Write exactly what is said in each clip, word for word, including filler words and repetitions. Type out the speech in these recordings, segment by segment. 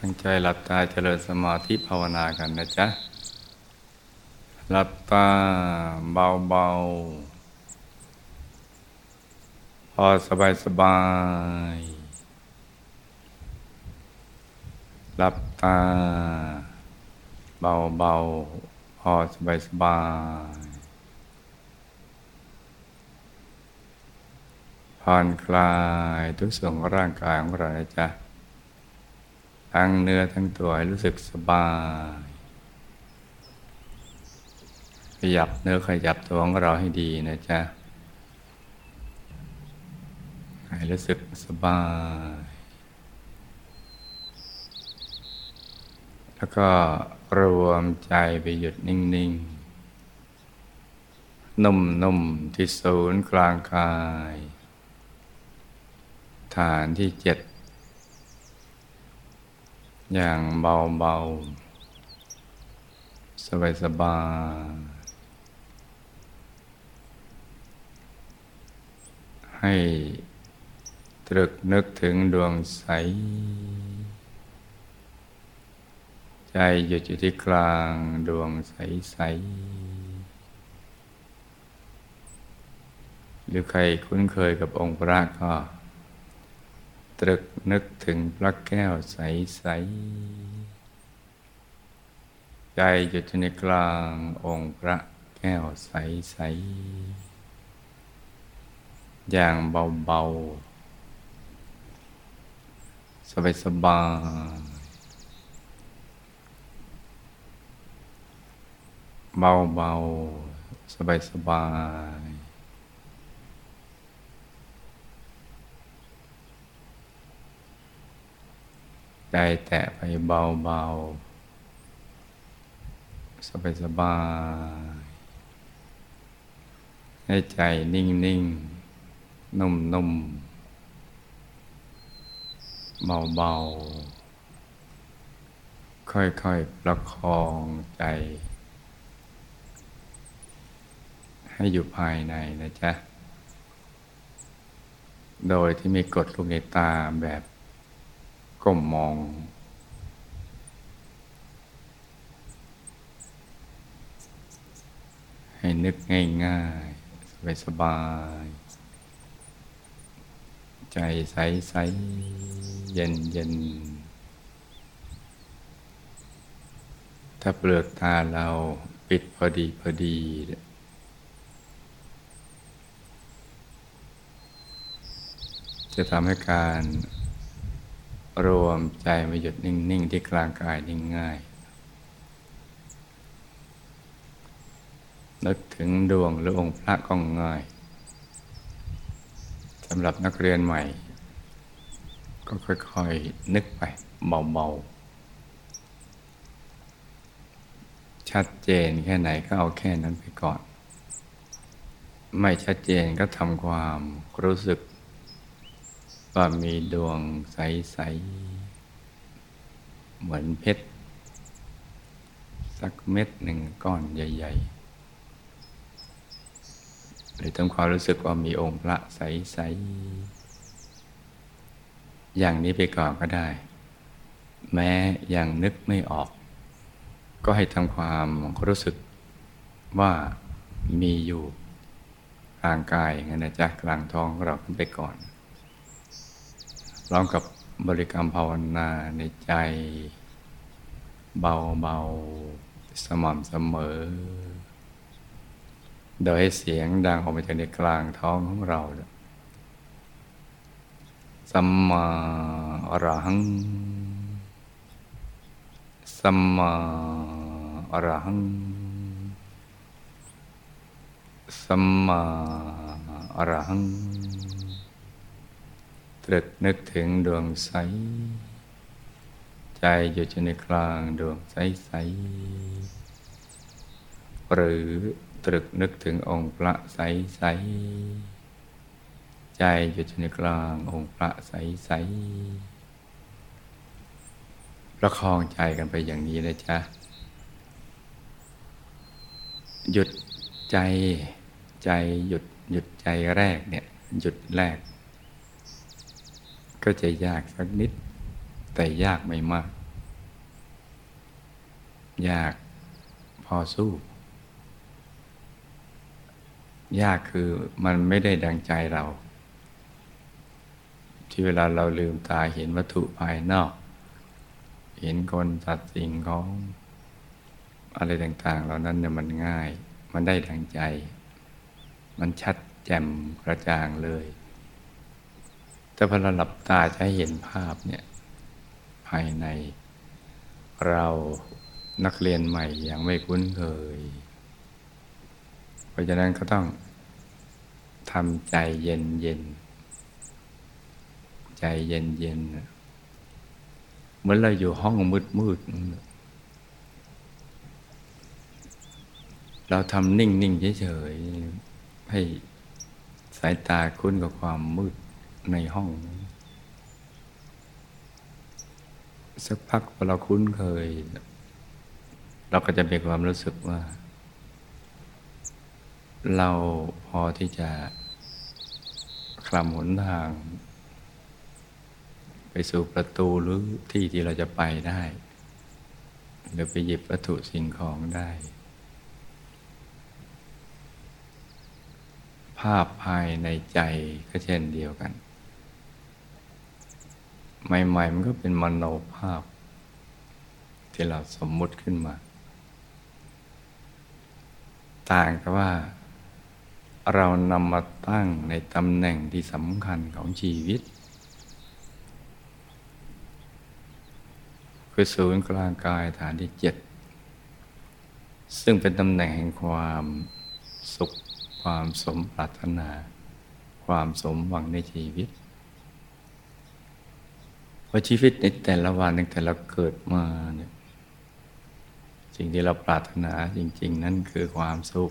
ตั้งใจหลับตาเจริญสมาธิภาวนากันนะจ๊ะหลับตาเบาๆพอสบายสบายหลับตาเบาๆพอสบายสบายผ่อนคลายทุกส่วนของร่างกายของเรานะจ๊ะทั้งเนื้อทั้งตัวให้รู้สึกสบายขยับเนื้อขยับตัวของเราให้ดีนะจ๊ะให้รู้สึกสบายแล้วก็รวมใจไปหยุดนิ่งๆนุ่มๆที่ศูนย์กลางกายฐานที่เจ็ดอย่างเบาๆสบายๆให้ตรึกนึกถึงดวงใสใจหยุดอยู่ที่กลางดวงใสๆหรือใครคุ้นเคยกับองค์พระก็ตรึกนึกถึงพระแก้วใสๆใจหยุดอยู่ในกลางองค์พระแก้วใสๆอย่างเบาๆสบายๆเบาๆสบายๆใจแตะไปเบาๆสบายๆให้ใจนิ่งๆนุ่มๆเบาๆค่อยๆประคองใจให้อยู่ภายในนะจ๊ะโดยที่ไม่กดลูกในตาแบบก้มมองให้นึกง่ายๆสบายๆใจใสๆเย็นๆถ้าเปลือกตาเราปิดพอดีพอดีจะทำให้การรวมใจมาหยุดนิ่งๆที่กลางกายนิ่งง่ายนึกถึงดวงหรือองค์พระก็ง่ายสำหรับนักเรียนใหม่ก็ค่อยๆนึกไปเบาๆชัดเจนแค่ไหนก็เอาแค่นั้นไปก่อนไม่ชัดเจนก็ทำความรู้สึกว่ามีดวงใสๆเหมือนเพชรสักเม็ดหนึ่งก้อนใหญ่ๆหรือทำความรู้สึกว่ามีองค์พระใสๆอย่างนี้ไปก่อนก็ได้แม้ยังนึกไม่ออกก็ให้ทำความรู้สึกว่ามีอยู่กลางกายอย่างนั้นนะจ๊ะกลางท้องของเราขึ้นไปก่อนพร้อมกับบริกรรมภาวนาในใจเบาๆสม่ำเสมอโดยให้เสียงดังออกมาจากในกลางท้องของเราสัมมาอรหังสัมมาอรหังสัมมาอรหังตรึกนึกถึงดวงใสใจอยู่ในกลางดวงใสๆหรือตรึกนึกถึงองค์พระใสๆใจอยู่ในกลางองค์พระใสๆประคองใจกันไปอย่างนี้นะจ๊ะหยุดใจใจหยุดหยุดใจแรกเนี่ยหยุดแรกก็จะยากสักนิดแต่ยากไม่มากยากพอสู้ยากคือมันไม่ได้ดังใจเรา ที่เวลาเราลืมตาเห็นวัตถุภายนอก เห็นคนสัตว์สิ่งของอะไรต่างๆเหล่านั้นเนี่ยมันง่ายมันได้ดังใจมันชัดแจ่มกระจ่างเลยแต่พอเราหลับตาจะให้เห็นภาพเนี่ยภายในเรานักเรียนใหม่ยังไม่คุ้นเคยเพราะฉะนั้นก็ต้องทำใจเย็นเย็นใจเย็นเย็นเหมือนเราอยู่ห้องมืดมืดเราทำนิ่งนิ่งเฉยๆให้สายตาคุ้นกับความมืดในห้องสักพักพอเราคุ้นเคยเราก็จะมีความรู้สึกว่าเราพอที่จะคลำหนทางไปสู่ประตูหรือที่ที่เราจะไปได้หรือไปหยิบวัตถุสิ่งของได้ภาพภายในใจก็เช่นเดียวกันใหม่ๆมันก็เป็นมโนภาพที่เราสมมุติขึ้นมาต่างแต่ว่าเรานำมาตั้งในตำแหน่งที่สำคัญของชีวิตคือศูนย์กลางกายฐานที่เจ็ดซึ่งเป็นตำแหน่งแห่งความสุขความสมปรารถนาความสมหวังในชีวิตเพราะชีวิตในแต่ละวันตั้งแต่เราเกิดมาเนี่ยสิ่งที่เราปรารถนาจริงๆนั่นคือความสุข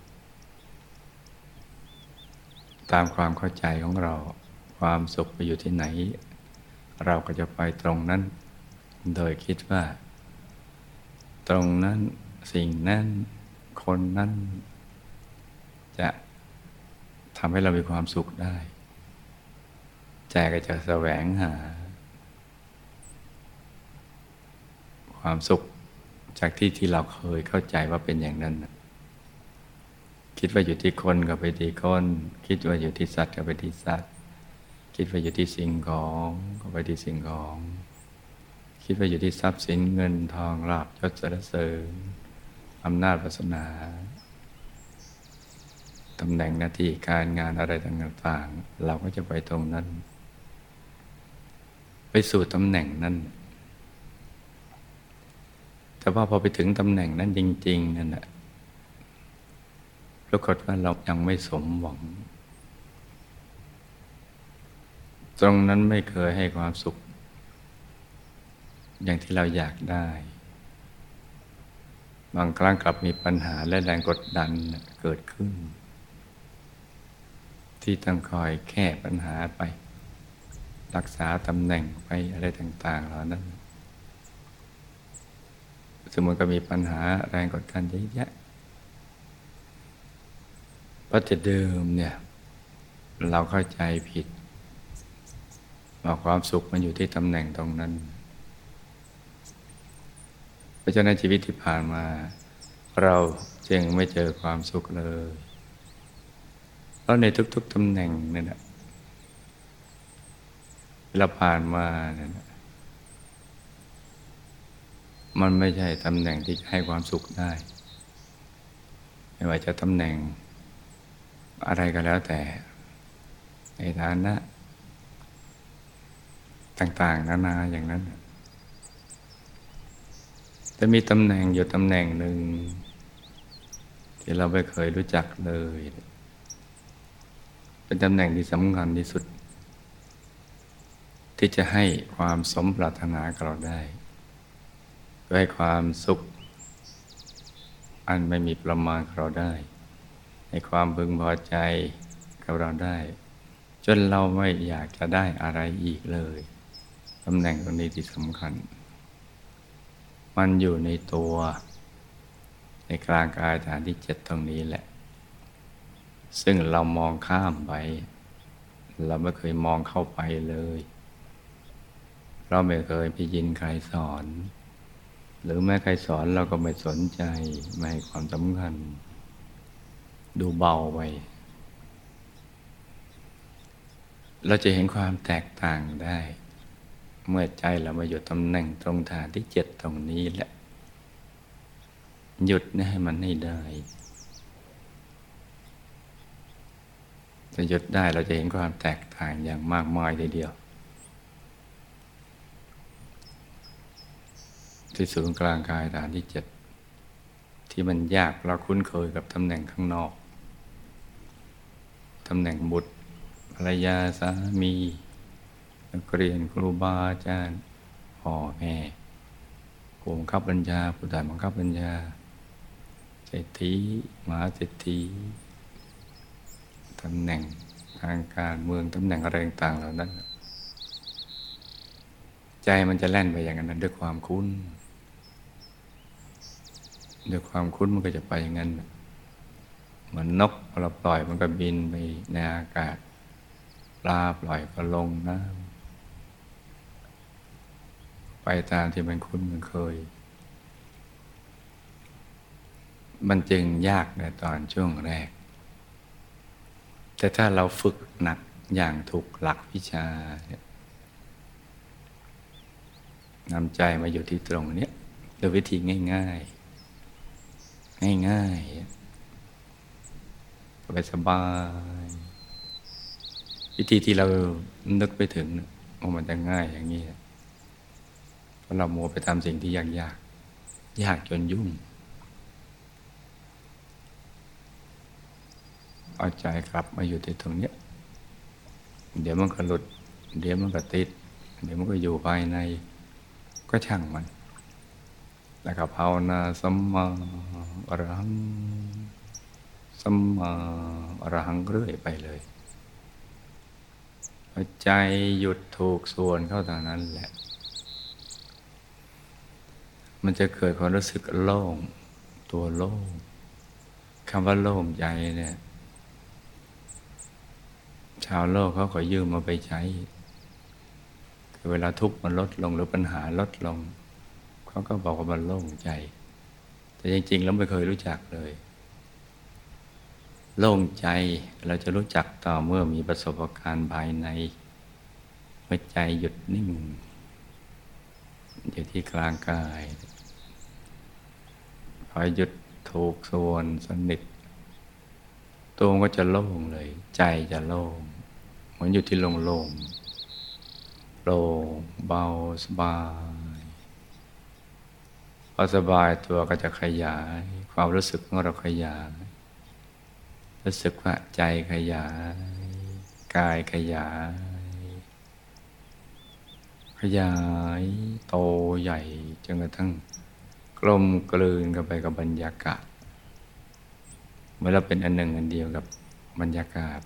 ตามความเข้าใจของเราความสุขไปอยู่ที่ไหนเราก็จะไปตรงนั้นโดยคิดว่าตรงนั้นสิ่งนั้นคนนั้นจะทำให้เรามีความสุขได้ใจก็จะแสวงหาความสุขจากที่ที่เราเคยเข้าใจว่าเป็นอย่างนั้นคิดว่าอยู่ที่คนก็ไปที่คนคิดว่าอยู่ที่สัตว์ก็ไปที่สัตว์คิดว่าอยู่ที่สิ่งของก็ไปที่สิ่งของคิดว่าอยู่ที่ทรัพย์สินเงินทองลาภยศสรรเสริญอำนาจวาสนาตำแหน่งหน้าที่การงานอะไรต่างๆเราก็จะไปตรงนั้นไปสู่ตำแหน่งนั้นแต่ว่าพอไปถึงตำแหน่งนั้นจริงๆนั่นแหละปรากฏว่าเรายังไม่สมหวังตรงนั้นไม่เคยให้ความสุขอย่างที่เราอยากได้บางครั้งกลับมีปัญหาและแรงกดดันเกิดขึ้นที่ต้องคอยแก้ปัญหาไปรักษาตำแหน่งไปอะไรต่างๆเหล่านั้นสมมติก็มีปัญหาแรงกดดันเยอะแยะเพราะแต่เดิมเนี่ยเราเข้าใจผิดว่าความสุขมันอยู่ที่ตำแหน่งตรงนั้นเพราะฉะนั้นชีวิตที่ผ่านมาเราจึงไม่เจอความสุขเลยเพราะในทุกๆตำแหน่งนั่นแหละเราผ่านมาเนี่ยมันไม่ใช่ตำแหน่งที่ให้ความสุขได้ไม่ว่าจะตำแหน่งอะไรก็แล้วแต่ในฐานะต่างๆนานาอย่างนั้นแต่มีตำแหน่งอยู่ตำแหน่งหนึ่งที่เราไม่เคยรู้จักเลยเป็นตำแหน่งที่สำคัญที่สุดที่จะให้ความสมปรารถนากับเราได้ก็ให้ความสุขอันไม่มีประมาณกับเราได้ให้ความพึงพอใจกับเราได้จนเราไม่อยากจะได้อะไรอีกเลยตำแหน่งตรงนี้ที่สำคัญมันอยู่ในตัวในกลางกายฐานที่เจ็ดตรงนี้แหละซึ่งเรามองข้ามไปเราไม่เคยมองเข้าไปเลยเราไม่เคยไปยินใครสอนหรือแม้ใครสอนเราก็ไม่สนใจไม่ให้ความสำคัญดูเบาไปเราจะเห็นความแตกต่างได้เมื่อใจเรามาอยู่ตำแหน่งตรงฐานที่เจ็ดตรงนี้แหละหยุดนี่ให้มันให้ได้จะหยุดได้เราจะเห็นความแตกต่างอย่างมากมายทีเดียวที่ศูนย์กลางกายฐานที่เจ็ดที่มันยากเราคุ้นเคยกับตำแหน่งข้างนอกตำแหน่งบุตรภรรยาสามีนักเรียนครูบาอาจารย์พ่อแม่ผู้บังคับบัญชาผู้ใต้บังคับบัญชาเศรษฐีมหาเศรษฐีตำแหน่งทางการเมืองตำแหน่งอะไรต่างๆเหล่านั้นใจมันจะแล่นไปอย่างนั้นด้วยความคุ้นด้วยความคุ้นมันก็จะไปอย่างนั้นเหมือนนกเราปล่อยมันก็บินไปในอากาศปลาปล่อยก็ลงน้ำไปตามที่มันคุ้นมันเคยมันจึงยากในตอนช่วงแรกแต่ถ้าเราฝึกหนักอย่างถูกหลักวิชานำใจมาอยู่ที่ตรงนี้โดยวิธีง่ายๆง่ายๆสบายๆวิธีที่เรานึกไปถึงว่ามันจะง่ายอย่างนี้เพราะเรามัวไปทำสิ่งที่ยากยากยากจนยุ่งเอาใจกลับมาอยู่ที่ตรงนี้เดี๋ยวมันก็หลุดเดี๋ยวมันก็ติดเดี๋ยวมันก็อยู่ภายในก็ช่างมันแล้วก็ภาวนาสัมมาอรหังสัมมาอรหังเรื่อยไปเลยพอใจหยุดถูกส่วนเข้าตอนนั้นแหละมันจะเกิดความรู้สึกโล่งตัวโล่งคำว่าโล่งใจเนี่ยชาวโลกเขาขอยืมมาไปใช้คือเวลาทุกข์มันลดลงหรือปัญหาลดลงเขาก็บอกว่ามันโล่งใจแต่จริงๆแล้วไม่เคยรู้จักเลยโล่งใจเราจะรู้จักต่อเมื่อมีประสบการณ์ภายในเมื่อใจหยุดนิ่งอยู่ที่กลางกายพอหยุดถูกส่วนสนิทตัวมันก็จะโล่งเลยใจจะโล่งเหมือนอยู่ที่โล่งๆโปร่งเบาสบายพอสบายตัวก็จะขยายความรู้สึกของเราขยายรู้สึกว่าใจขยายกายขยายขยายโตใหญ่จนกระทั่งกลมกลืนกันไปกับบรรยากาศเมื่อเราเป็นอันหนึ่งอันเดียวกับบรรยากาศ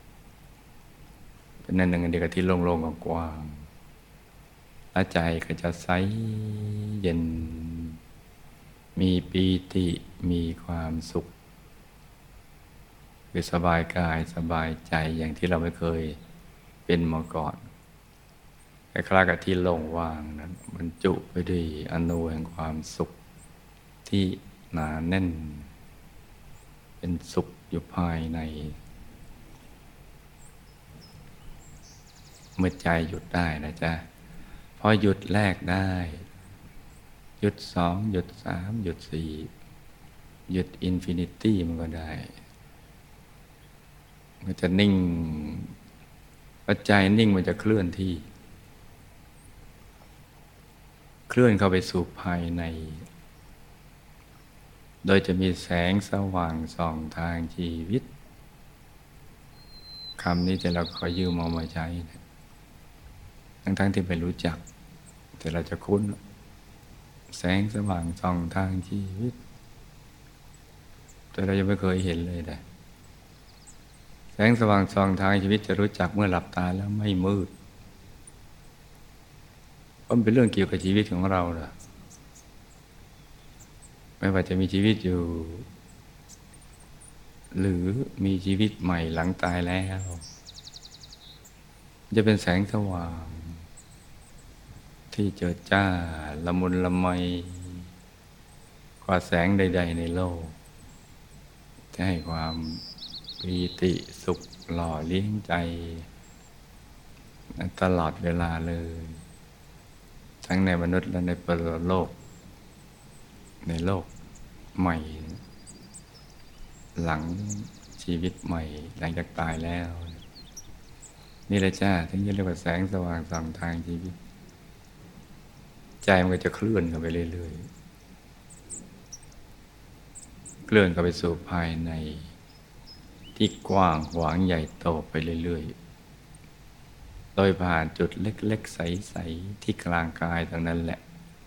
เป็นอันหนึ่งอันเดียวกับที่โล่งๆกว้างๆและใจก็จะใสเย็นมีปีติมีความสุขคือสบายกายสบายใจอย่างที่เราไม่เคยเป็นมาก่อนคล้ายๆกับที่โล่งว่างนั้นมันจุไปด้วยอนุแห่งความสุขที่หนาแน่นเป็นสุขอยู่ภายในเมื่อใจหยุดได้นะจ๊ะพอหยุดแรกได้หยุดสองหยุดสามหยุดสี่หยุดอินฟินิตี้มันก็ได้มันจะนิ่งพอใจนิ่งมันจะเคลื่อนที่เคลื่อนเข้าไปสู่ภายในโดยจะมีแสงสว่างส่องทางชีวิตคำนี้จะเราขอยืมเอามาใช้ทั้งๆที่ไม่รู้จักแต่เราจะคุ้นแสงสว่างส่องทางชีวิตแต่เรายังไม่เคยเห็นเลยนะแสงสว่างส่องทางชีวิตจะรู้จักเมื่อหลับตาแล้วไม่มืดเพราะมันเป็นเรื่องเกี่ยวกับชีวิตของเราล่ะไม่ว่าจะมีชีวิตอยู่หรือมีชีวิตใหม่หลังตายแล้วจะเป็นแสงสว่างที่เจิดจ้าละมุนละไมกว่าแสงใดๆในโลกจะให้ความปีติสุขหล่อเลี้ยงใจตลอดเวลาเลยทั้งในมนุษย์และในปรโลกในโลกใหม่หลังชีวิตใหม่หลังจากตายแล้วนี่แหละจ้าถึงจะเรียกว่าแสงสว่างส่องทางชีวิตใจมันก็จะเคลื่อนเข้าไปเรื่อยๆเคลื่อนเข้าไปสู่ภายในที่กว้างขวางใหญ่โตไปเรื่อยๆโดยผ่านจุดเล็กๆใสๆที่กลางกายตรงนั้นแหละ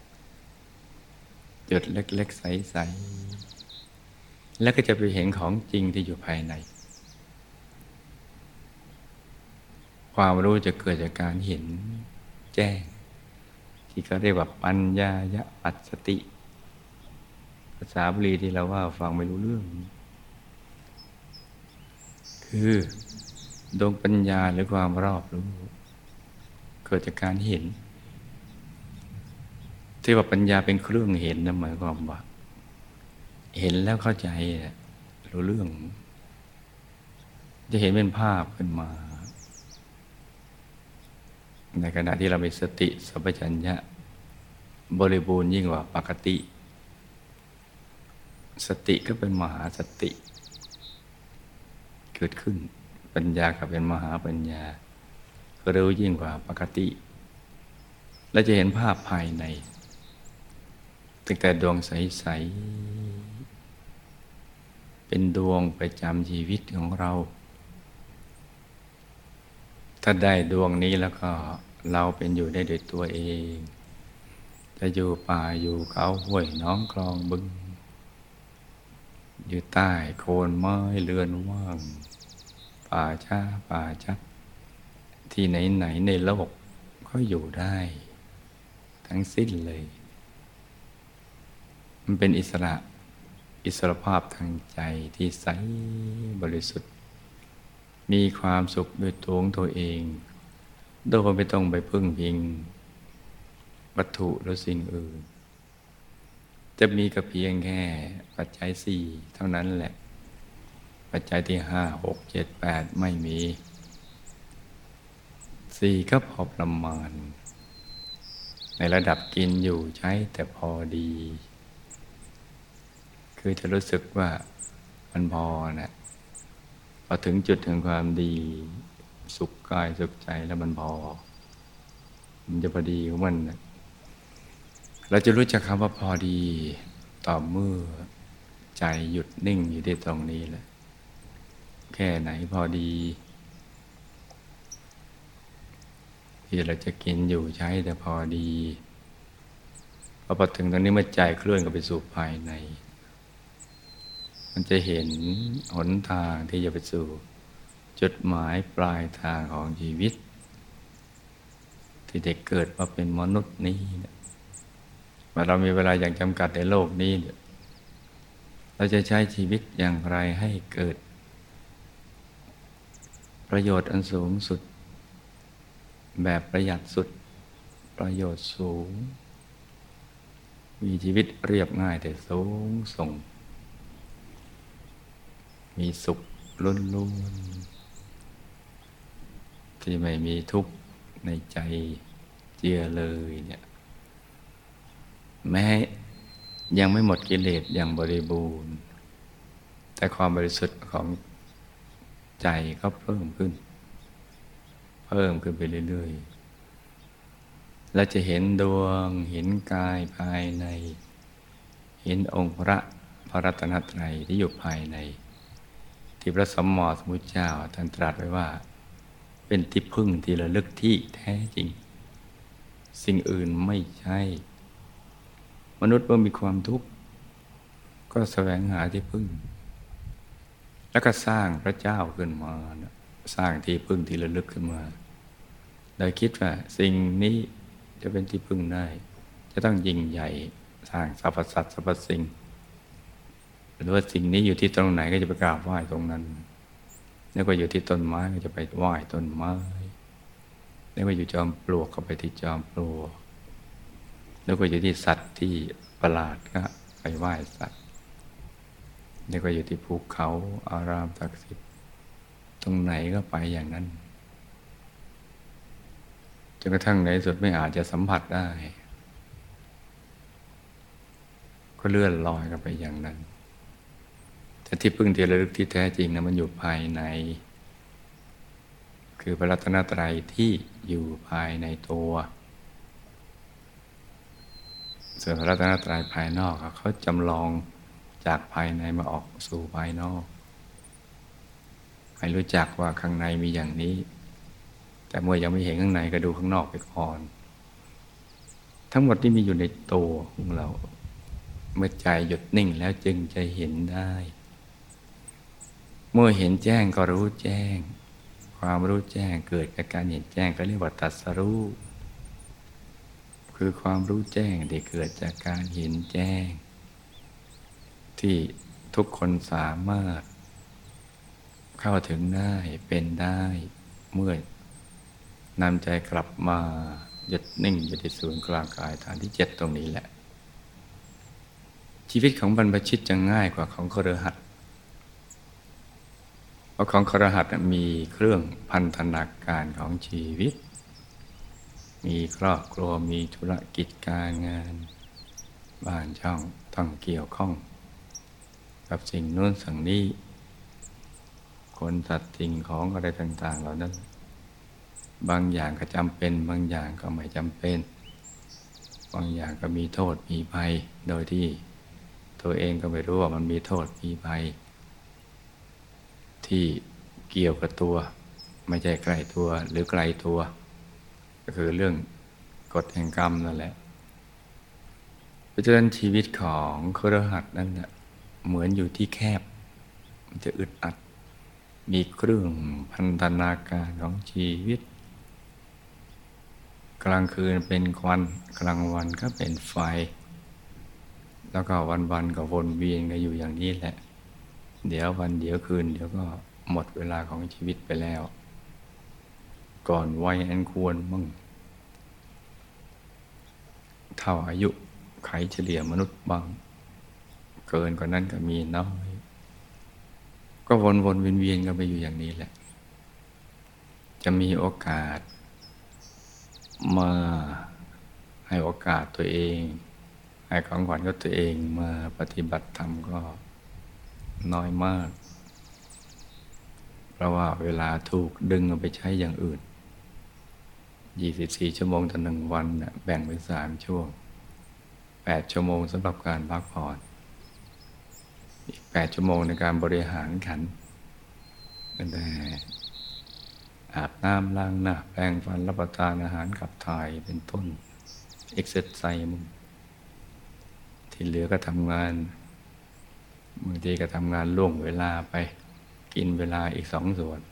จุดเล็กๆใสๆแล้วก็จะไปเห็นของจริงที่อยู่ภายในความรู้จะเกิดจากการเห็นแจ้งที่เขาเรียกว่าปัญญายปัสสติภาษาบาลีที่เราว่าฟังไม่รู้เรื่องคือดวงปัญญาหรือความรอบรู้เกิดจากการเห็นที่ว่าปัญญาเป็นเครื่องเห็นนะหมายความว่าเห็นแล้วเข้าใจรู้เรื่องจะเห็นเป็นภาพขึ้นมาในขณะที่เรามีสติสัมปชัญญะบริบูรณ์ยิ่งกว่าปกติสติก็เป็นมหาสติเกิดขึ้นปัญญาก็เป็นมหาปัญญาก็รู้ยิ่งกว่าปกติและจะเห็นภาพภายในตั้งแต่ดวงใสๆเป็นดวงประจำชีวิตของเราถ้าได้ดวงนี้แล้วก็เราเป็นอยู่ได้โดยตัวเองจะอยู่ป่าอยู่เขาห้วยน้องคลองบึงอยู่ใต้โคนไม้เรือนว่างป่าช้าป่าชัดที่ไหนๆในโลกก็อยู่ได้ทั้งสิ้นเลยมันเป็นอิสระอิสรภาพทางใจที่ใสบริสุทธิ์มีความสุขด้วยตัวของตัวเองโดยไม่ต้องไปพึ่งพิงวัตถุหรือสิ่งอื่นจะมีก็เพียงแค่ปัจจัยสี่เท่านั้นแหละปัจจัยที่ห้าหกเจ็ดแปดไม่มีสี่ก็พอประมาณในระดับกินอยู่ใช้แต่พอดีคือจะรู้สึกว่ามันพอนะพอถึงจุดถึงความดีสุขกายสุขใจแล้วมันพอมันจะพอดีของมันนะเราจะรู้จักคำว่าพอดีต่อเมื่อใจหยุดนิ่งอยู่ที่ตรงนี้แหละแค่ไหนพอดีที่เราจะกินอยู่ใช้แต่พอดีพอพอถึงตรงนี้เมื่อใจเคลื่อนเข้าไปสู่ภายในมันจะเห็นหนทางที่จะไปสู่จุดหมายปลายทางของชีวิตที่ได้เกิดมาเป็นมนุษย์นี้ว่าเรามีเวลาอย่างจำกัดในโลกนี้เราจะใช้ชีวิตอย่างไรให้เกิดประโยชน์อันสูงสุดแบบประหยัดสุดประโยชน์สูงมีชีวิตเรียบง่ายแต่สูงส่งมีสุขล้วนๆที่ไม่มีทุกข์ในใจเจือเลยเนี่ยแม้ยังไม่หมดกิเลสอย่างบริบูรณ์แต่ความบริสุทธิ์ของใจก็เพิ่มขึ้นเพิ่มขึ้นไปเรื่อยๆเราจะเห็นดวงเห็นกายภายในเห็นองค์พระพระรัตนตรัยที่อยู่ภายในที่พระสัมมาสัมพุทธเจ้าท่านตรัสไว้ว่าเป็นที่พึ่งที่ระลึกที่แท้จริงสิ่งอื่นไม่ใช่มนุษย์เมื่อมีความทุกข์ก็แสวงหาที่พึ่งแล้วก็สร้างพระเจ้าขึ้นมาสร้างที่พึ่งที่ระลึกขึ้นมาโดยคิดว่าสิ่งนี้จะเป็นที่พึ่งได้จะต้องยิ่งใหญ่สร้างสรรพสัตว์สรรพสิ่งหรือว่าสิ่งนี้อยู่ที่ตรงไหนก็จะไปกราบไหว้ตรงนั้นแล้วก็อยู่ที่ต้นไม้ก็จะไปไหว้ต้นไม้แล้วก็อยู่จอมปลวกก็ไปที่จอมปลวกแล้วก็อยู่ที่สัตว์ที่ประหลาดก็ไปไหว้สัตว์นี่ก็อยู่ที่ภูเขาอารามศักดิ์สิทธิ์ตรงไหนก็ไปอย่างนั้นจนกระทั่งในสุดไม่อาจจะสัมผัสได้ก็เลื่อนลอยกันไปอย่างนั้นแต่ที่พึ่งที่ระลึกที่แท้จริงนะมันอยู่ภายในคือพระรัตนตรัยที่อยู่ภายในตัวส่วนพระรัตนตรัยภายนอกเขาจำลองจากภายในมาออกสู่ภายนอกให้รู้จักว่าข้างในมีอย่างนี้แต่เมื่อยังไม่เห็นข้างในก็ดูข้างนอกไปก่อนทั้งหมดที่มีอยู่ในตัวของเราเมื่อใจหยุดนิ่งแล้วจึงจะเห็นได้เมื่อเห็นแจ้งก็รู้แจ้งความรู้แจ้งเกิดจากการเห็นแจ้งก็เรียกว่าตรัสรู้คือความรู้แจ้งที่เกิดจากการเห็นแจ้งที่ทุกคนสามารถเข้าถึงได้เป็นได้เมื่อนำใจกลับมาหยุดนิ่งอยู่ที่ศูนย์กลางกายฐานที่เจ็ดตรงนี้แหละชีวิตของบรรพชิตจะง่ายกว่าของคฤหัสถ์เพราะของคฤหัสถ์มีเครื่องพันธนาการของชีวิตมีครอบครัวมีธุรกิจการงานบ้านช่องต้องเกี่ยวข้องกับสิ่งโน้นสิ่งนี้คนสัตว์สิ่งของอะไรต่างๆเหล่านั้นบางอย่างก็จำเป็นบางอย่างก็ไม่จำเป็นบางอย่างก็มีโทษมีภัยโดยที่ตัวเองก็ไม่รู้ว่ามันมีโทษมีภัยที่เกี่ยวกับตัวไม่ใช่ใกล้ตัวหรือไกลตัวก็คือเรื่องกฎแห่งกรรมนั่นแหละเพราะฉะนั้นชีวิตของคฤหัสถ์นั้นนะเหมือนอยู่ที่แคบมันจะอึดอัดมีเครื่องพันธนาการของชีวิตกลางคืนเป็นควันกลางวันก็เป็นไฟแล้วก็วันๆก็วนเวียนกันอยู่อย่างนี้แหละเดี๋ยววันเดี๋ยวคืนเดี๋ยวก็หมดเวลาของชีวิตไปแล้วก่อนวัยอันควรมั่งเท่าอายุไขเฉลี่ยมนุษย์บางเกินกว่านั้นก็มีน้อยก็วนๆเวียนๆกันไปอยู่อย่างนี้แหละจะมีโอกาสมาให้โอกาสตัวเองให้ของขวัญกับตัวเองมาปฏิบัติธรรมก็น้อยมากเพราะว่าเวลาถูกดึงเอาไปใช้อย่างอื่นยี่สิบสี่ชั่วโมงต่อหนึ่งวันน่ะแบ่งเป็นสามช่วงแปดชั่วโมงสำหรับการพักผ่อนอีกแปดชั่วโมงในการบริหารขันธ์ตั้งแต่อาบน้ำล้างหน้าแปรงฟันรับประทานอาหารขับถ่ายเป็นต้นเอ็กซ์ไซส์มึงที่เหลือก็ทำงานบางทีก็ทำงานล่วงเวลาไปกินเวลาอีกสองส่วน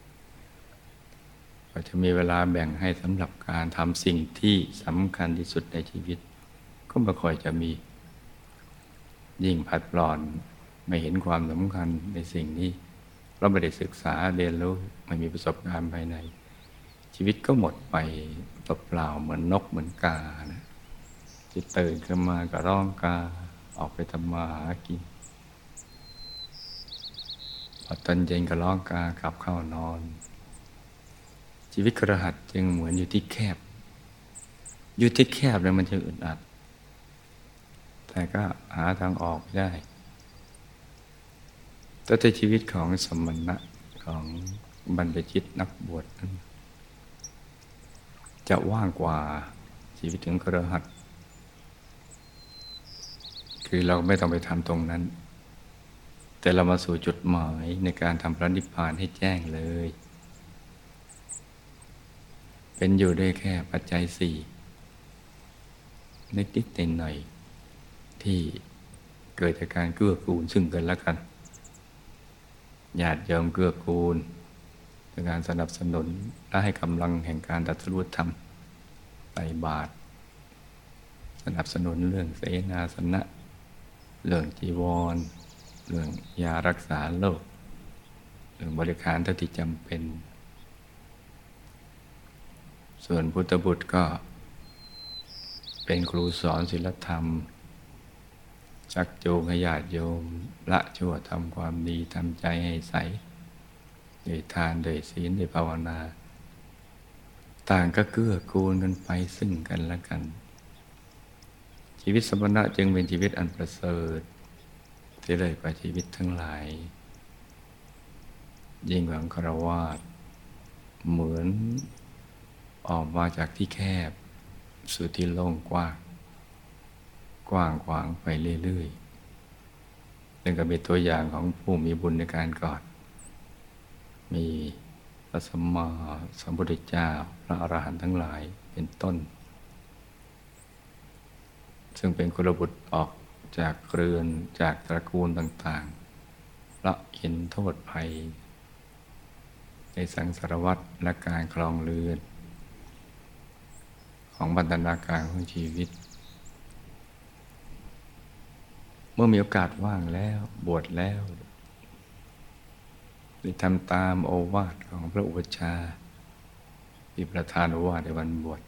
ก็จะมีเวลาแบ่งให้สำหรับการทำสิ่งที่สำคัญที่สุดในชีวิตก็ไม่ค่อยจะมียิ่งผัดปลอนไม่เห็นความสำคัญในสิ่งนี้เราไม่ได้ศึกษาเรียนรู้ไม่มีประสบการณ์ภายในชีวิตก็หมดไปเปล่าๆเหมือนนกเหมือนกานะที่ตื่นขึ้นมาก็ร้องกาออกไปทำมาหากินพอตอนเย็นก็ร้องกากลับเข้านอนชีวิตคฤหัสถ์จึงเหมือนอยู่ที่แคบอยู่ที่แคบแล้วมันจะอึดอัดแต่ก็หาทางออกไม่ได้แต่ในชีวิตของสมณะของบรรพชิตนักบวชนั้นจะว่างกว่าชีวิตของคฤหัสถ์คือเราไม่ต้องไปทำตรงนั้นแต่เรามาสู่จุดหมายในการทำพระนิพพานให้แจ้งเลยเป็นอยู่ได้แค่ปัจจัยสี่นิดๆหน่อยๆที่เกิดจากการเกื้อกูลซึ่งกันและกันญาติโยมเกื้อกูลในการสนับสนุนและให้กำลังแห่งการตรัสรู้ธรรมใส่บาตรสนับสนุนเรื่องเสนาสนะเรื่องจีวรเรื่องยารักษาโรคเรื่องบริการเท่าที่จำเป็นส่วนพุทธบุตรก็เป็นครูสอนศีลธรรมชักจูงให้ญาติโยมละชั่วทำความดีทำใจให้ใสด้วยทานด้วยศีลด้วยภาวนาต่างก็เกื้อกูลกันไปซึ่งกันและกันชีวิตสมณะจึงเป็นชีวิตอันประเสริฐที่เลยกว่าชีวิตทั้งหลายยิ่งกว่าฆราวาสเหมือนออกมาจากที่แคบสู่ที่โล่งกว้างกว้างขวางไปเรื่อยๆซึ่งก็เป็นตัวอย่างของผู้มีบุญในการก่อนมีพระสัมมาสัมพุทธเจ้าพระอรหันต์ทั้งหลายเป็นต้นซึ่งเป็นกุลบุตรออกจากเรือนจากตระกูลต่างๆละเห็นโทษภัยในสังสารวัฏและการครองเรือนของบรรณาการของชีวิตเมื่อมีโอกาสว่างแล้วบวชแล้วได้ทำตามโอวาทของพระอุปัชฌาย์ที่ประทานโอวาทในวันบวช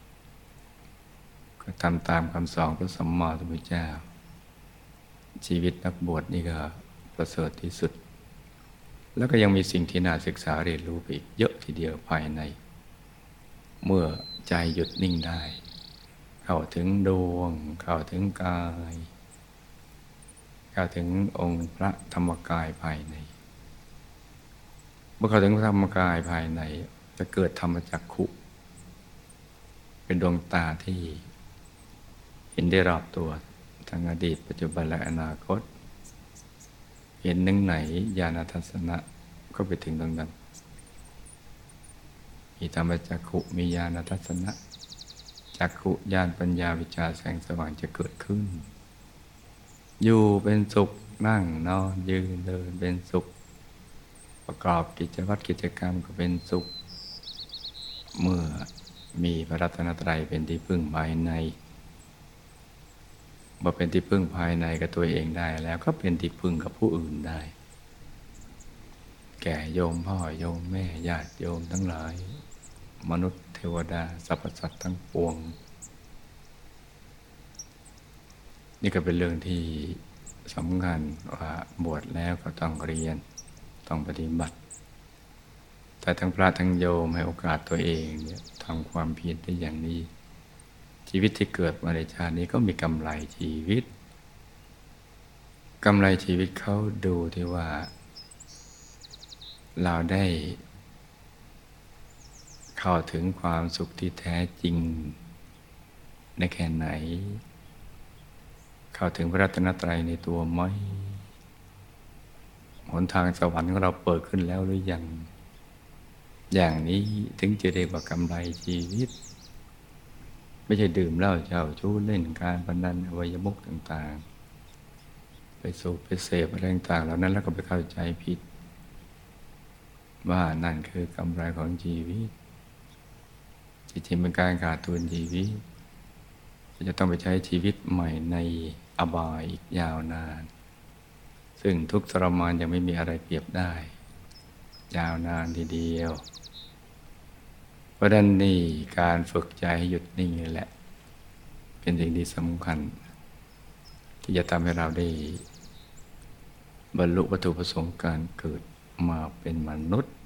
ก็ทำตามคำสอนพระสัมมาสัมพุทธเจ้าชีวิตนักบวชนี่ก็ประเสริฐที่สุดแล้วก็ยังมีสิ่งที่น่าศึกษาเรียนรู้ไปอีกเยอะทีเดียวภายในเมื่อใจหยุดนิ่งได้เข้าถึงดวงเข้าถึงกายเข้าถึงองค์พระธรรมกายภายในเมื่อเข้าถึงพระธรรมกายภายในจะเกิดธรรมจักขุเป็นดวงตาที่เห็นได้รอบตัวทั้งอดีตปัจจุบันและอนาคตเห็นนึงไหนญาณทัศนะก็ไปถึงตรงนั้นมีธรรมจักขุมีญาณทัศนะจักขุญาณปัญญาวิชาแสงสว่างจะเกิดขึ้นอยู่เป็นสุขนั่งนอนยืนเดินเป็นสุขประกอบกิจวัตรกิจกรรมก็เป็นสุขเมื่อมีพระรัตนตรัยเป็นที่พึ่งภายในเมื่อเป็นที่พึ่งภายในกับตัวเองได้แล้วก็เป็นที่พึ่งกับผู้อื่นได้แก่โยมพ่อโยมแม่ญาติโยมทั้งหลายมนุษย์เทวดาสรรพสัตว์ทั้งปวงนี่ก็เป็นเรื่องที่สำคัญว่าบวชแล้วก็ต้องเรียนต้องปฏิบัติแต่ทั้งพระทั้งโยมให้โอกาสตัวเองเนี่ยทำความเพียรได้อย่างนี้ชีวิตที่เกิดมาในชาตินี้ก็มีกำไรชีวิตกำไรชีวิตเขาดูที่ว่าเราได้เข้าถึงความสุขที่แท้จริงในแค่ไหนเข้าถึงพระรัตนตรัยในตัวไหมหนทางสวรรค์ของเราเปิดขึ้นแล้วหรือยังอย่างนี้ถึงจะเรียกว่ากำไรชีวิตไม่ใช่ดื่มเหล้าเจ้าชู้เล่นการพนันอวัยมุขต่างๆไปสูบไปเสพอะไรต่างๆเหล่านั้นแล้วก็ไปเข้าใจผิดว่านั่นคือกำไรของชีวิตจริงๆเป็นการขาดทุนชีวิตจะต้องไปใช้ชีวิตใหม่ในอบายอีกยาวนานซึ่งทุกข์ทรมานยังไม่มีอะไรเปรียบได้ยาวนานทีเดียวเพราะฉะนั้นนี่การฝึกใจให้หยุดนิ่งนี่แหละเป็นสิ่งที่สำคัญที่จะทำให้เราได้บรรลุวัตถุประสงค์การเกิดมาเป็นมนุษย์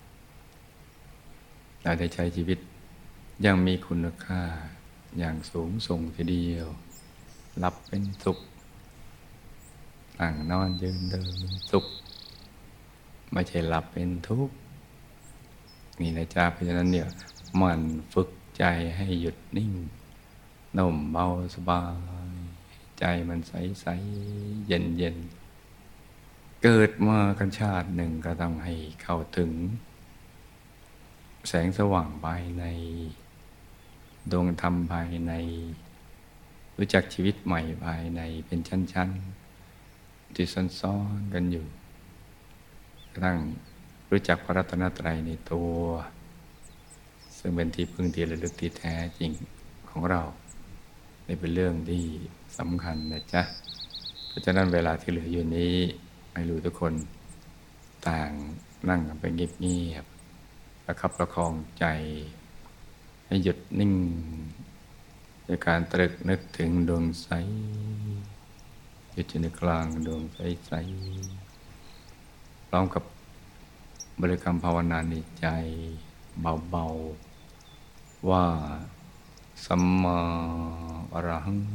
เราได้ใช้ชีวิตยังมีคุณค่าอย่างสูงส่งทีเดียวหลับเป็นสุขนั่งนอนยืนเดินเป็นสุขไม่ใช่หลับเป็นทุกข์นี่นะจ๊ะเพราะฉะนั้นเนี่ยมันฝึกใจให้หยุดนิ่งนุ่มเบาสบายใจมันใสใสเย็นเย็นเกิดมากันชาติหนึ่งก็ต้องให้เข้าถึงแสงสว่างภายในดวงธรรมภายในรู้จักชีวิตใหม่ภายในเป็นชั้นๆที่ซ้อนๆกันอยู่กระทั่งรู้จักพระรัตนตรัยในตัวซึ่งเป็นที่พึ่งที่ระลึกที่แท้จริงของเรานี่เป็นเรื่องที่สำคัญนะจ๊ะเพราะฉะนั้นเวลาที่เหลืออยู่นี้ให้รู้ทุกคนต่างนั่งไปเงียบๆประคับประคองใจให้หยุดนิ่งด้วยการตรึกนึกถึงดวงใสหยุดอยู่ในกลางดวงใสๆพร้อมกับบริกรรมภาวนาในใจเบาๆว่าสัมมาอรหัง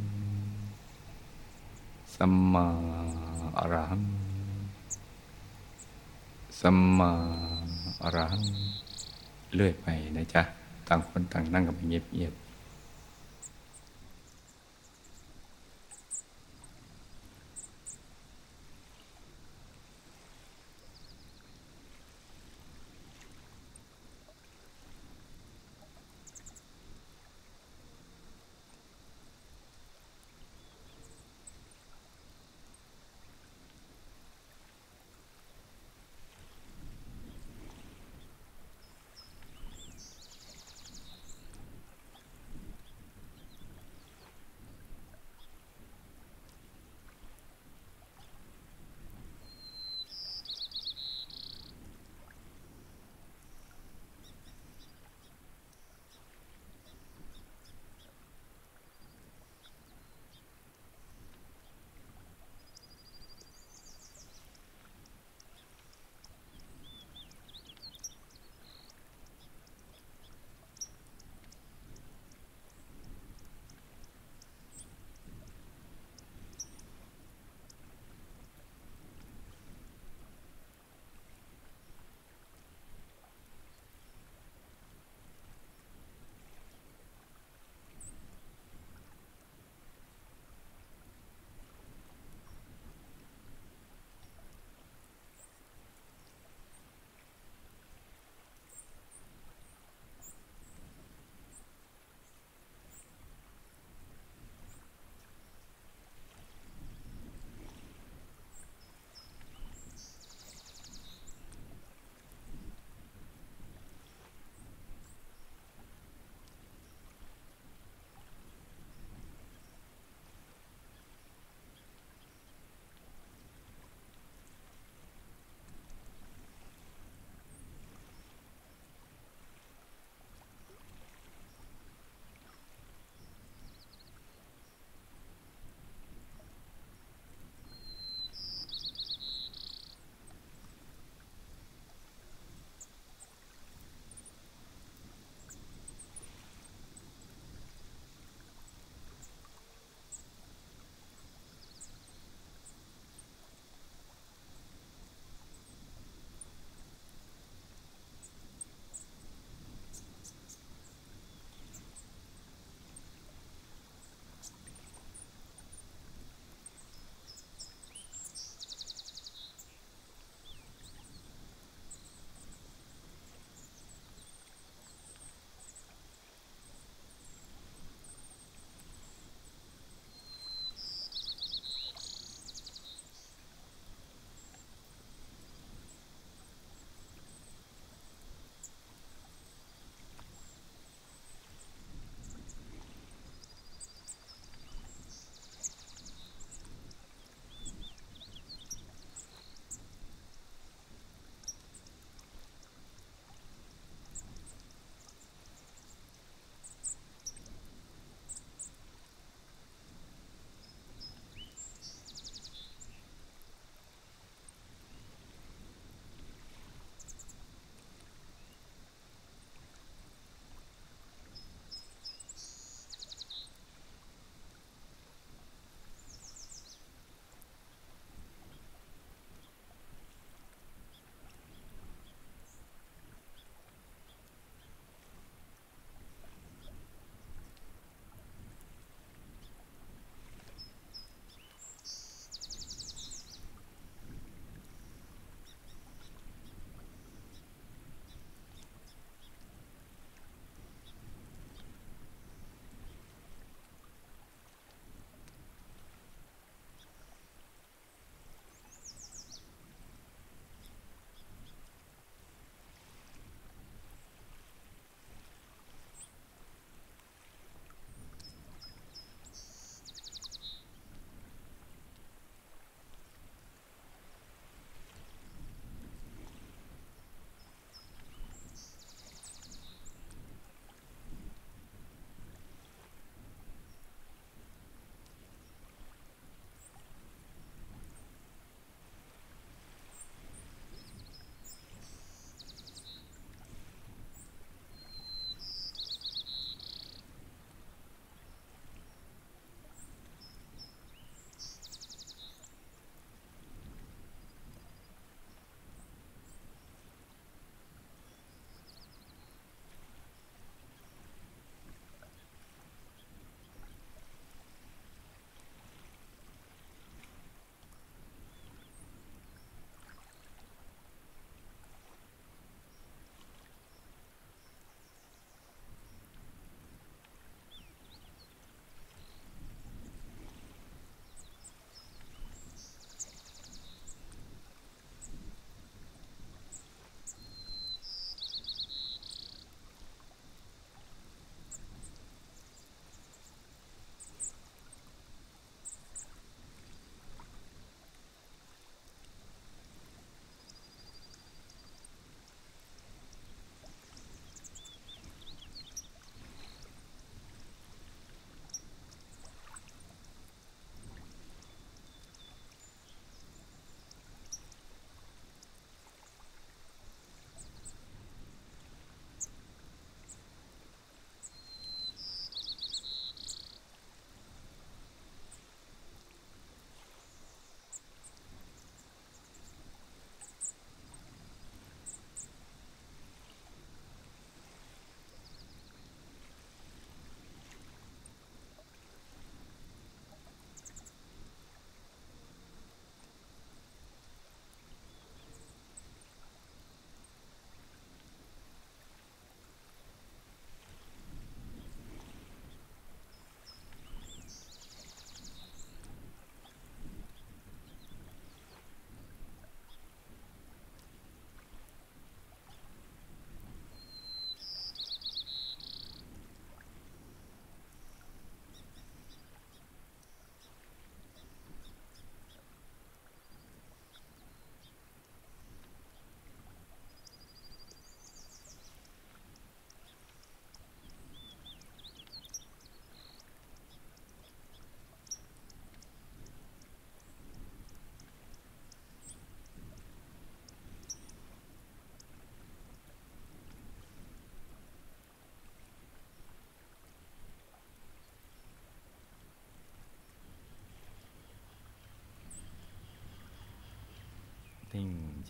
สัมมาอรหังสัมมาอรหังเรื่อยไปนะจ๊ะต่างคนต่างนั่งกันไปเงียบๆ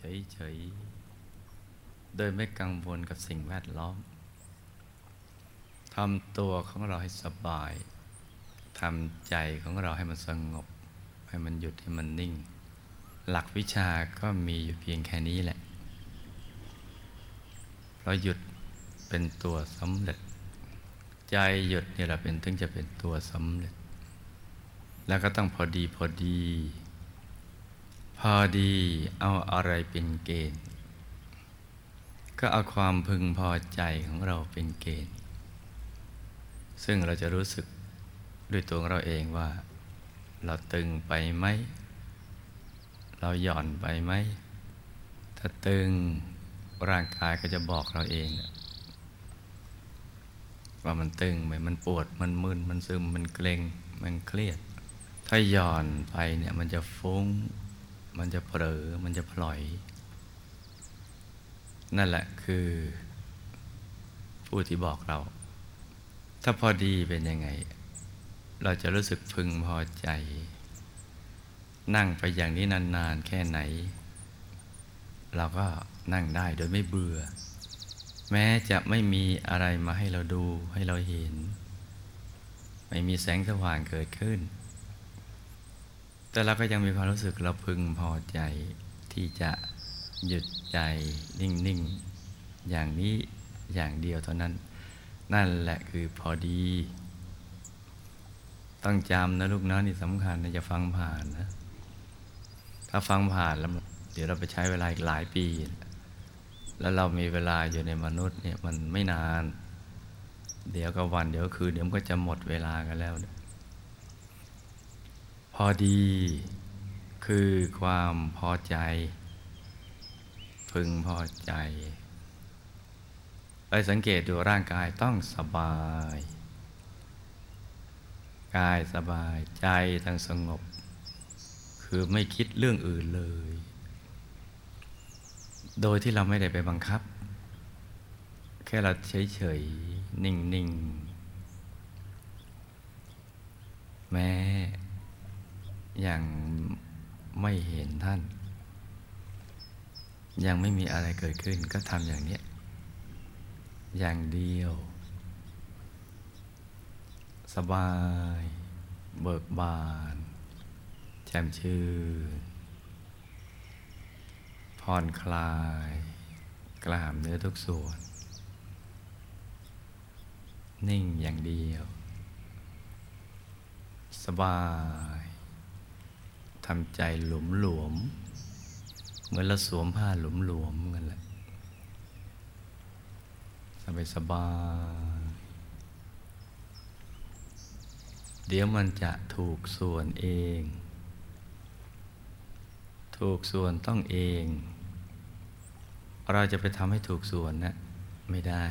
เฉยๆโดยไม่กังวลกับสิ่งแวดล้อมทำตัวของเราให้สบายทำใจของเราให้มันสงบให้มันหยุดให้มันนิ่งหลักวิชาก็มีอยู่เพียงแค่นี้แหละเพราะหยุดเป็นตัวสำเร็จใจหยุดนี่แหละเป็นถึงจะเป็นตัวสำเร็จแล้วก็ต้องพอดีพอดีพอดีเอาอะไรเป็นเกณฑ์ก็เอาความพึงพอใจของเราเป็นเกณฑ์ซึ่งเราจะรู้สึกด้วยตัวของเราเองว่าเราตึงไปไหมเราหย่อนไปไหมถ้าตึงร่างกายก็จะบอกเราเองว่ามันตึงไหมมันปวดมันมึนมันซึมมันเกร็งมันเครียดถ้าหย่อนไปเนี่ยมันจะฟุ้งมันจะเผลอมันจะพลอยนั่นแหละคือผู้ที่บอกเราถ้าพอดีเป็นยังไงเราจะรู้สึกพึงพอใจนั่งไปอย่างนี้นานๆแค่ไหนเราก็นั่งได้โดยไม่เบื่อแม้จะไม่มีอะไรมาให้เราดูให้เราเห็นไม่มีแสงสว่างเกิดขึ้นแต่เราก็ยังมีความรู้สึกเราพึงพอใจที่จะหยุดใจนิ่งๆอย่างนี้อย่างเดียวเท่านั้นนั่นแหละคือพอดีต้องจำนะลูกนะนี่สำคัญนะจะฟังผ่านนะถ้าฟังผ่านแล้วเดี๋ยวเราไปใช้เวลาอีกหลายปีแล้วเรามีเวลาอยู่ในมนุษย์เนี่ยมันไม่นานเดี๋ยวก็วันเดี๋ยวคืนเดี๋ยวมันก็จะหมดเวลากันแล้วพอดีคือความพอใจพึงพอใจไปสังเกตดูร่างกายต้องสบายกายสบายใจทั้งสงบคือไม่คิดเรื่องอื่นเลยโดยที่เราไม่ได้ไปบังคับแค่เราเฉยๆนิ่งๆแม้ยังไม่เห็นท่านยังไม่มีอะไรเกิดขึ้นก็ทำอย่างนี้อย่างเดียวสบายเบิกบานแจ่มชื่นผ่อนคลายกล้ามเนื้อทุกส่วนนิ่งอย่างเดียวสบายทำใจหลวมหลวมเหมือนเราสวมผ้าหลวมหลวมกันแหละสบายสบายเดี๋ยวมันจะถูกส่วนเองถูกส่วนต้องเองเราจะไปทำให้ถูกส่วนนะไม่ได้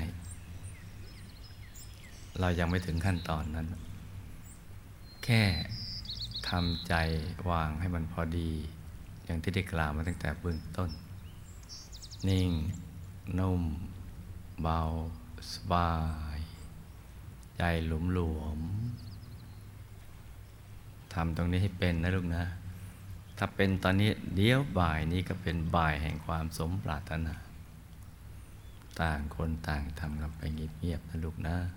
เรายังไม่ถึงขั้นตอนนั้นแค่ทำใจวางให้มันพอดีอย่างที่ได้กล่าวมาตั้งแต่เบื้องต้นนิ่งนุ่มเบาสบายใจหลวมๆทำตรงนี้ให้เป็นนะลูกนะถ้าเป็นตอนนี้เดี๋ยวบ่ายนี้ก็เป็นบ่ายแห่งความสมปรารถนาต่างคนต่างทำกันไปเงียบๆนะลูกนะ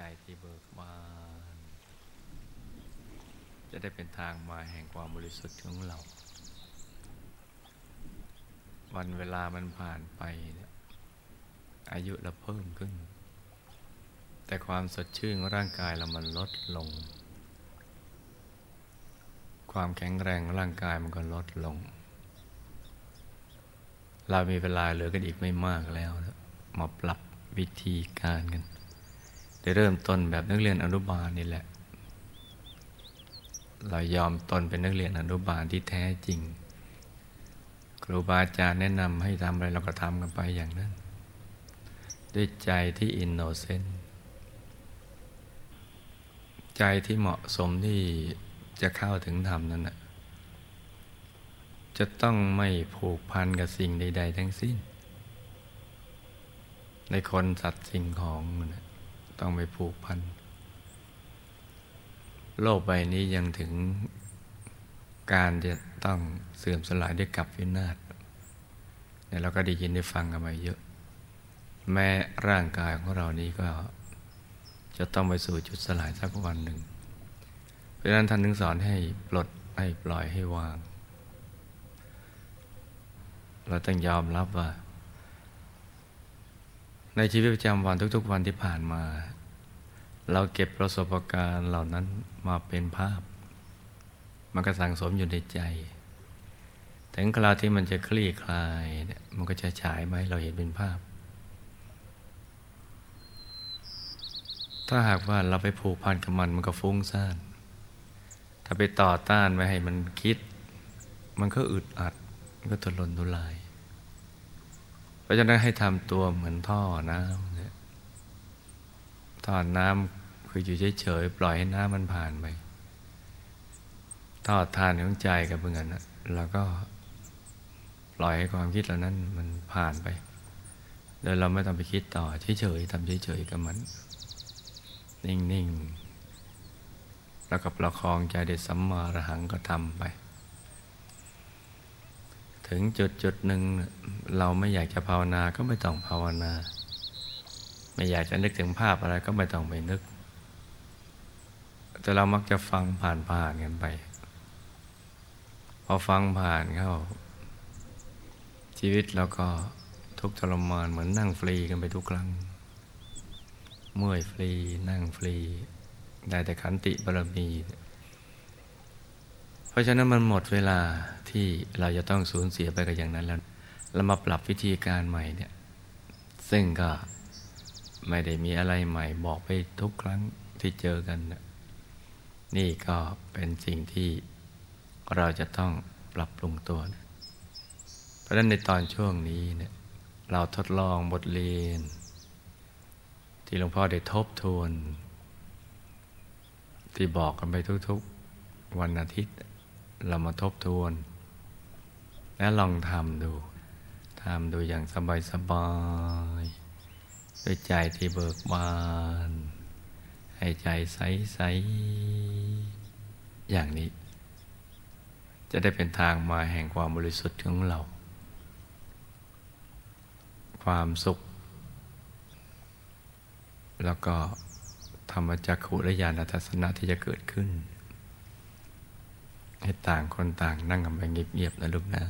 ที่เบิกบาน จะได้เป็นทางมาแห่งความบริสุทธิ์ของเรา วันเวลามันผ่านไปเนี่ยอายุเราเพิ่มขึ้น แต่ความสดชื่นของร่างกายเรามันลดลง ความแข็งแรงของร่างกายมันก็ลดลง เรามีเวลาเหลือกันอีกไม่มากแล้วมาปรับวิธีการกันได้เริ่มต้นแบบนักเรียนอนุบาลนี่แหละ เรายอมตนเป็นนักเรียนอนุบาลที่แท้จริงครูบาอาจารย์แนะนำให้ทำอะไรเราก็ทำกันไปอย่างนั้นด้วยใจที่อินโนเซนต์ใจที่เหมาะสมที่จะเข้าถึงธรรมนั้นนะจะต้องไม่ผูกพันกับสิ่งใดๆทั้งสิ้นในคนสัตว์สิ่งของมันต้องไม่ผูกพันโลกใบนี้ยังถึงการจะต้องเสื่อมสลายด้วยกลับวินาศเนี่ยเราก็ได้ยินได้ฟังกันมาเยอะแม้ร่างกายของเรานี้ก็จะต้องไปสู่จุดสลายสักวันหนึ่งเพราะฉะนั้นท่านถึงสอนให้ปลดให้ปล่อยให้วางเราต้องยอมรับว่าในชีวิตประจำวันทุกๆวันที่ผ่านมาเราเก็บประสบการณ์เหล่านั้นมาเป็นภาพมันก็สั่งสมอยู่ในใจถึงคราวที่มันจะคลี่คลายเนี่ยมันก็จะฉายมาให้เราเห็นเป็นภาพถ้าหากว่าเราไปผูกพันกับมันมันก็ฟุ้งซ่านถ้าไปต่อต้านไม่ให้มันคิดมันก็อึดอัดมันก็ทุรนทุรายเพราะฉะนั้นให้ทำตัวเหมือนท่อน้ำเนี่ยท่อน้ำคืออยู่เฉยๆปล่อยให้น้ำมันผ่านไปทอดทานของใจกับเพื่อนนะเราก็ปล่อยให้ความคิดเหล่านั้นมันผ่านไปโดยเราไม่ต้องไปคิดต่อเฉยๆทำเฉยๆกับมันนิ่งๆแล้วก็ประคองใจด้วยสัมมาอรหังก็ทำไปถึงจุดจุดหนึ่งเราไม่อยากจะภาวนาก็ไม่ต้องภาวนาไม่อยากจะนึกถึงภาพอะไรก็ไม่ต้องไปนึกแต่เรามักจะฟังผ่านๆกันไปพอฟังผ่านเข้าชีวิตเราก็ทุกข์ทรมานเหมือนนั่งฟรีกันไปทุกครั้งเมื่อยฟรีนั่งฟรีได้แต่ขันติบารมีเพราะฉะนั้นมันหมดเวลาที่เราจะต้องสูญเสียไปกับอย่างนั้นแล้วเรามาปรับวิธีการใหม่เนี่ยซึ่งก็ไม่ได้มีอะไรใหม่บอกไปทุกครั้งที่เจอกันนี่ก็เป็นสิ่งที่เราจะต้องปรับปรุงตัวนะเพราะฉะนั้นในตอนช่วงนี้เนี่ยเราทดลองบทเรียนที่หลวงพ่อได้ทบทวนที่บอกกันไปทุกๆวันอาทิตย์เรามาทบทวนและลองทำดูทำดูอย่างสบายๆด้วยใจที่เบิกบานให้ใจใสๆอย่างนี้จะได้เป็นทางมาแห่งความบริสุทธิ์ของเราความสุขแล้วก็ธรรมจักขุและญาณทัศนะที่จะเกิดขึ้นให้ต่างคนต่างนั่งกันไปเงียบๆนะลูกนะ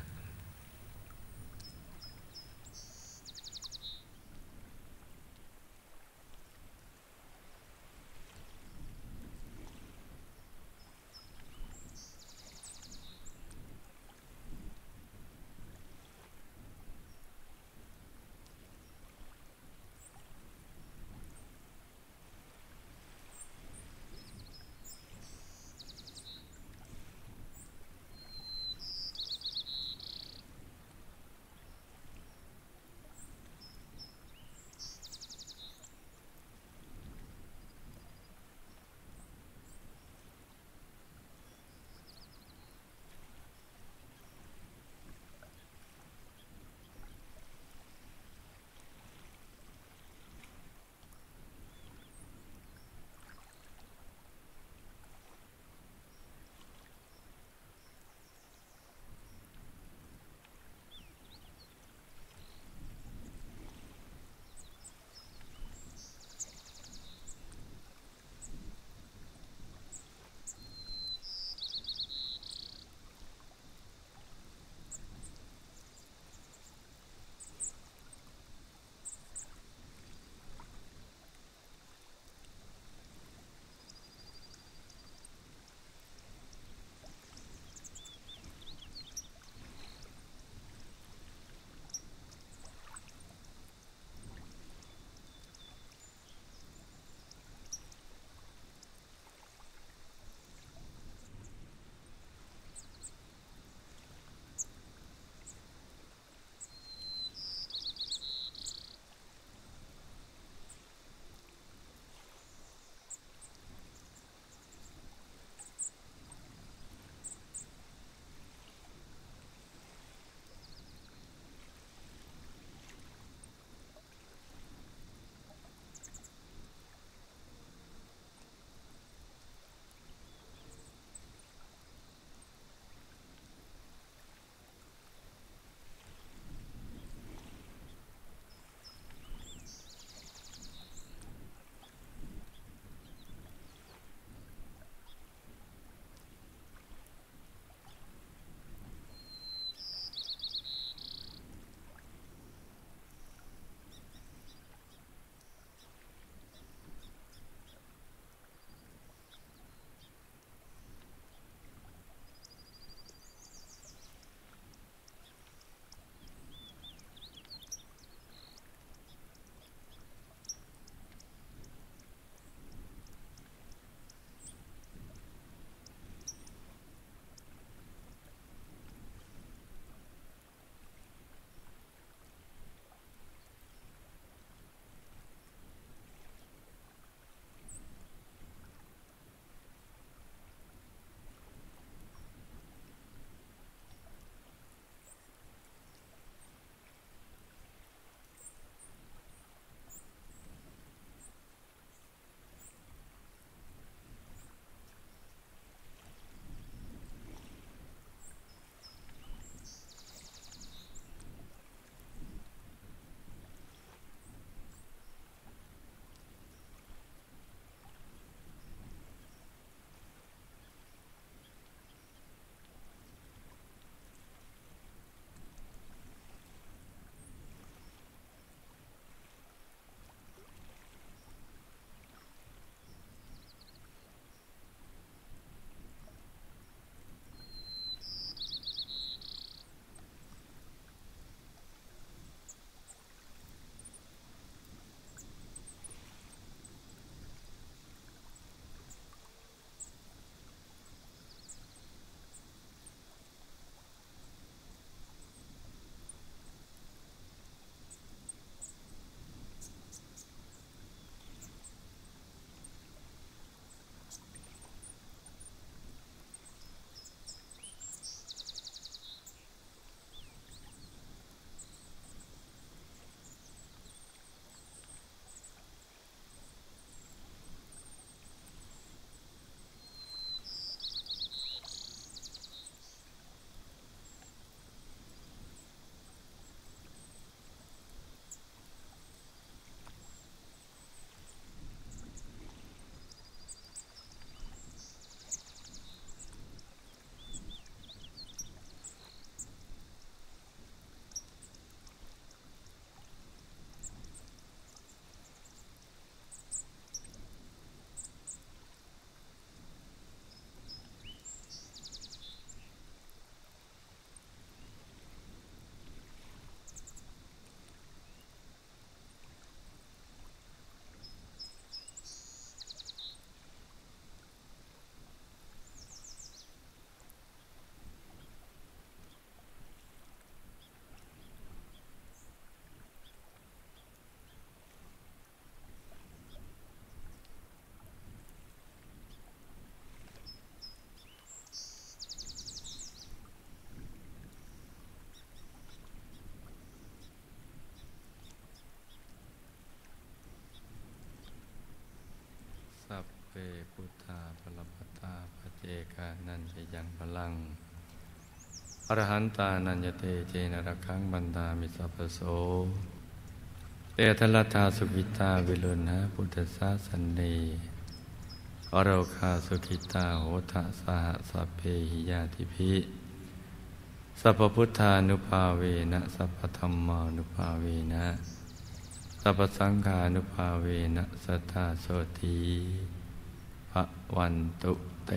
นันจะยังพลังอรหันตานัญญเตเจนะระคังบันดามิสัพพโสเตทลัตตาสุขิตาวิรุณหะพุทธศาสนีอโรคาสุขิตาโหทะสหสัพเพหิยาติภิสัพพพุทธานุภาเวนะสัพพธัมมานุภาเวนะสัพพสังฆานุภาเวนะสัทธาโสติภวันตุเต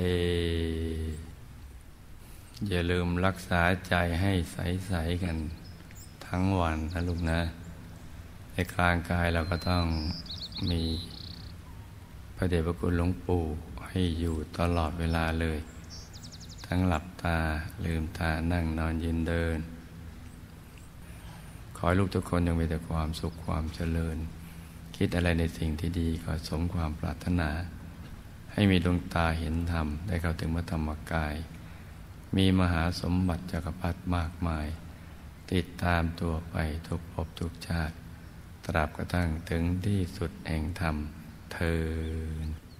อย่าลืมรักษาใจให้ใสๆกันทั้งวันนะลูกนะในกลางกายเราก็ต้องมีพระเดชพระคุณหลวงปู่ให้อยู่ตลอดเวลาเลยทั้งหลับตาลืมตานั่งนอนยืนเดินขอให้ลูกทุกคนยังมีแต่ความสุขความเจริญคิดอะไรในสิ่งที่ดีขอสมความปรารถนาให้มีดวงตาเห็นธรรมได้เข้าถึงพระธรรมกายมีมหาสมบัติจักรพรรดิมากมายติดตามตัวไปทุกภพทุกชาติตราบกระทั่งถึงที่สุดแห่งธรรมเทอญ